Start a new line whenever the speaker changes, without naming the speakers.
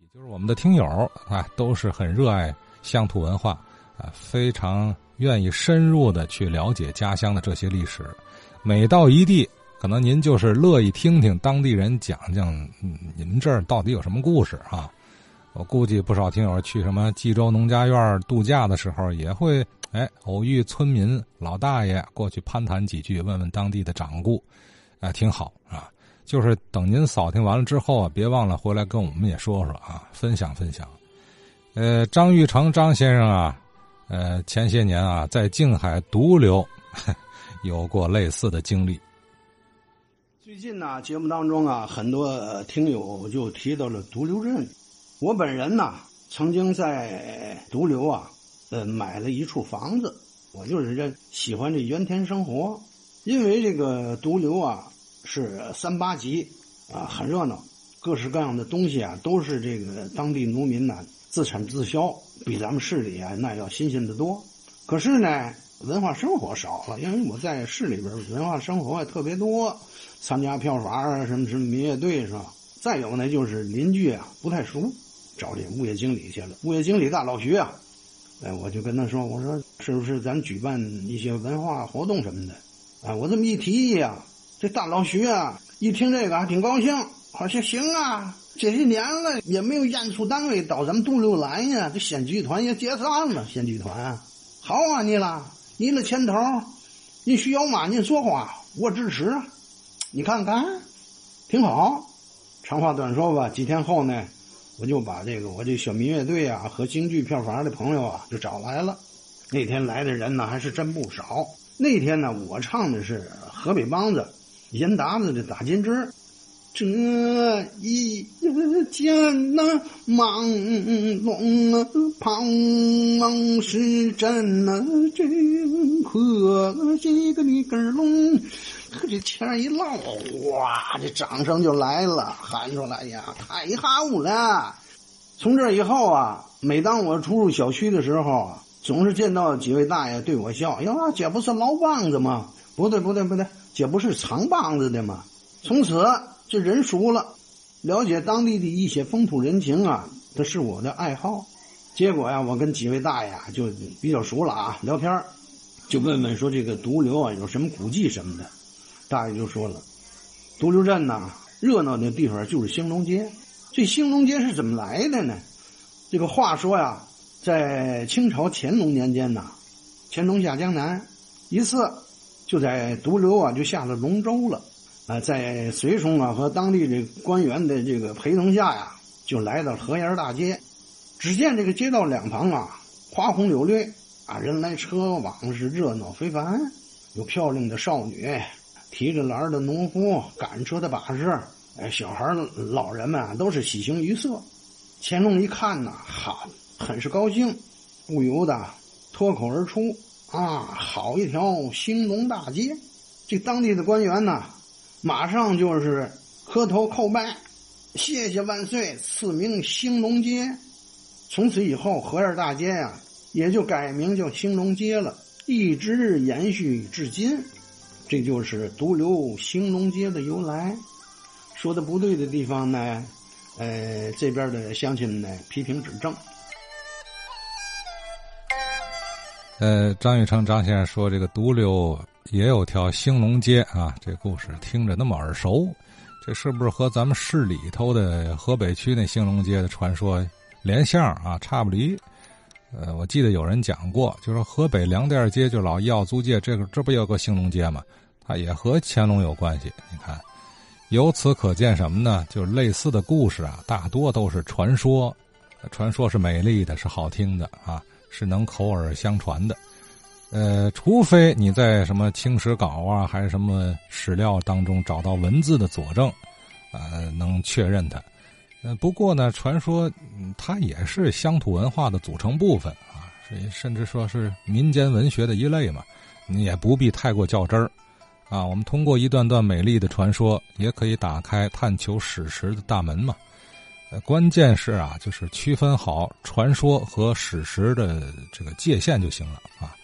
就是我们的听友啊，都是很热爱乡土文化啊，非常愿意深入的去了解家乡的这些历史。每到一地，可能您就是乐意听听当地人讲讲，你们这儿到底有什么故事啊？我估计不少听友去什么冀州农家院度假的时候，也会偶遇村民老大爷过去攀谈几句，问问当地的掌故，挺好啊。就是等您扫听完了之后啊，别忘了回来跟我们也说说啊，分享分享。张玉成张先生啊，前些年啊在静海独流有过类似的经历。
最近呢，节目当中啊，很多听友就提到了独流镇。我本人呢，曾经在独流啊，买了一处房子。我就是喜欢这原田生活，因为这个独流啊是3-8级啊，很热闹，各式各样的东西啊都是这个当地农民呢自产自销，比咱们市里啊那要新鲜得多。可是呢，文化生活少了，因为我在市里边文化生活也特别多，参加票房啊，什么民乐队是吧？再有呢，就是邻居啊不太熟，找这物业经理去了。物业经理大老徐啊，我就跟他说，我说是不是咱举办一些文化活动什么的？我这么一提议啊，这大老徐啊一听这个还挺高兴，好像行啊，这些年了也没有演出单位到咱们独流来呀，这县剧团也解散了，县剧团好啊，你的牵头，你需要嘛您说话，我支持，你看看挺好。长话短说吧，几天后呢，我就把我这小民乐队啊和京剧票房的朋友啊就找来了。那天来的人呢还是真不少。那天呢，我唱的是河北梆子严达子的打金枝。这一见那忙龙胖是真呐，真可这个你根龙。这钱一落，哇，这掌声就来了，喊出来呀，太好了！从这以后啊，每当我出入小区的时候啊，总是见到几位大爷对我笑，呀，这不是老梆子吗？不对，这不是藏梆子的吗？从此这人熟了，了解当地的一些风土人情啊，这是我的爱好。结果呀，我跟几位大爷啊就比较熟了啊，聊天就问问说这个独流啊有什么古迹什么的。大爷就说了，独流镇呐，热闹的地方就是兴隆街。这兴隆街是怎么来的呢？这个话说呀，在清朝乾隆年间呐，乾隆下江南一次，就在独流啊就下了龙舟了在随从啊和当地这官员的这个陪同下呀，就来到河沿大街。只见这个街道两旁啊，花红柳绿啊，人来车往，是热闹非凡。有漂亮的少女，提着篮的农夫，赶车的把式，小孩老人们啊都是喜形于色。乾隆一看呐，很是高兴，不由得脱口而出啊，好一条兴隆大街。这当地的官员呐，马上就是磕头叩拜，谢谢万岁，赐名兴隆街。从此以后，河沿大街呀也就改名叫兴隆街了，一直延续至今。这就是独流兴隆街的由来。说的不对的地方呢，这边的乡亲呢批评指正。
张玉成张先生说，这个独流也有条兴隆街啊，这故事听着那么耳熟，这是不是和咱们市里头的河北区那兴隆街的传说连相啊，差不离？我记得有人讲过，就是河北粮店街，就老药租界，这不有个兴隆街吗？它也和乾隆有关系。你看，由此可见什么呢？就是类似的故事啊，大多都是传说。传说是美丽的，是好听的啊，是能口耳相传的。除非你在什么清史稿啊，还是什么史料当中找到文字的佐证，能确认它。不过呢，传说它也是乡土文化的组成部分啊，甚至说是民间文学的一类嘛，你也不必太过较真儿啊。我们通过一段段美丽的传说，也可以打开探求史实的大门嘛。关键是啊，就是区分好传说和史实的这个界限就行了啊。